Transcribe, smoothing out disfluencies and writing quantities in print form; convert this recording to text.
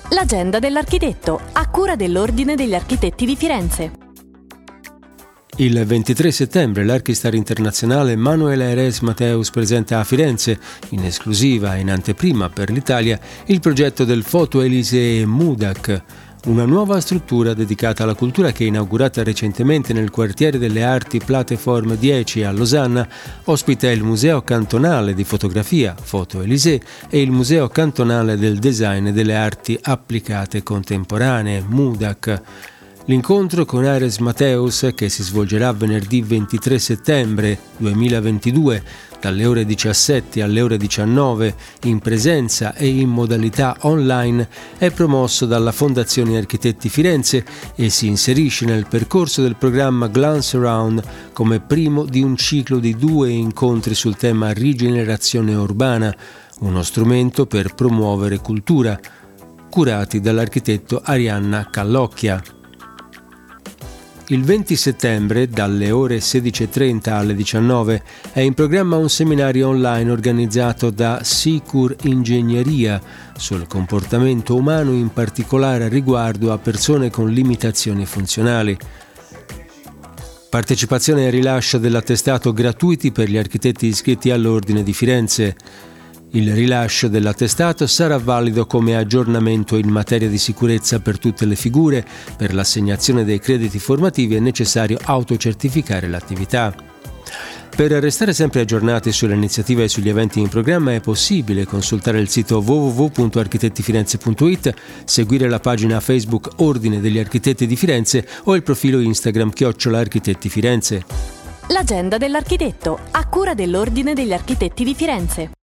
L'agenda dell'architetto, a cura dell'Ordine degli Architetti di Firenze. Il 23 settembre l'Archistar Internazionale Manuela Heres Mateus presenta a Firenze, in esclusiva e in anteprima per l'Italia, il progetto del Photo Élysée MUDAC, una nuova struttura dedicata alla cultura che, inaugurata recentemente nel quartiere delle arti Plateforme 10 a Losanna, ospita il Museo Cantonale di Fotografia, Photo Élysée, e il Museo Cantonale del Design e delle Arti Applicate Contemporanee, MUDAC. L'incontro con Heres Mateus, che si svolgerà venerdì 23 settembre 2022 dalle ore 17 alle ore 19 in presenza e in modalità online, è promosso dalla Fondazione Architetti Firenze e si inserisce nel percorso del programma Glance Around come primo di un ciclo di 2 incontri sul tema rigenerazione urbana, uno strumento per promuovere cultura, curati dall'architetto Arianna Callocchia. Il 20 settembre, dalle ore 16:30 alle 19, è in programma un seminario online organizzato da Sicur Ingegneria sul comportamento umano, in particolare riguardo a persone con limitazioni funzionali. Partecipazione e rilascio dell'attestato gratuiti per gli architetti iscritti all'Ordine di Firenze. Il rilascio dell'attestato sarà valido come aggiornamento in materia di sicurezza per tutte le figure. Per l'assegnazione dei crediti formativi è necessario autocertificare l'attività. Per restare sempre aggiornati sulle iniziative e sugli eventi in programma è possibile consultare il sito www.architettifirenze.it, seguire la pagina Facebook Ordine degli Architetti di Firenze o il profilo Instagram @Architetti Firenze. L'agenda dell'architetto, a cura dell'Ordine degli Architetti di Firenze.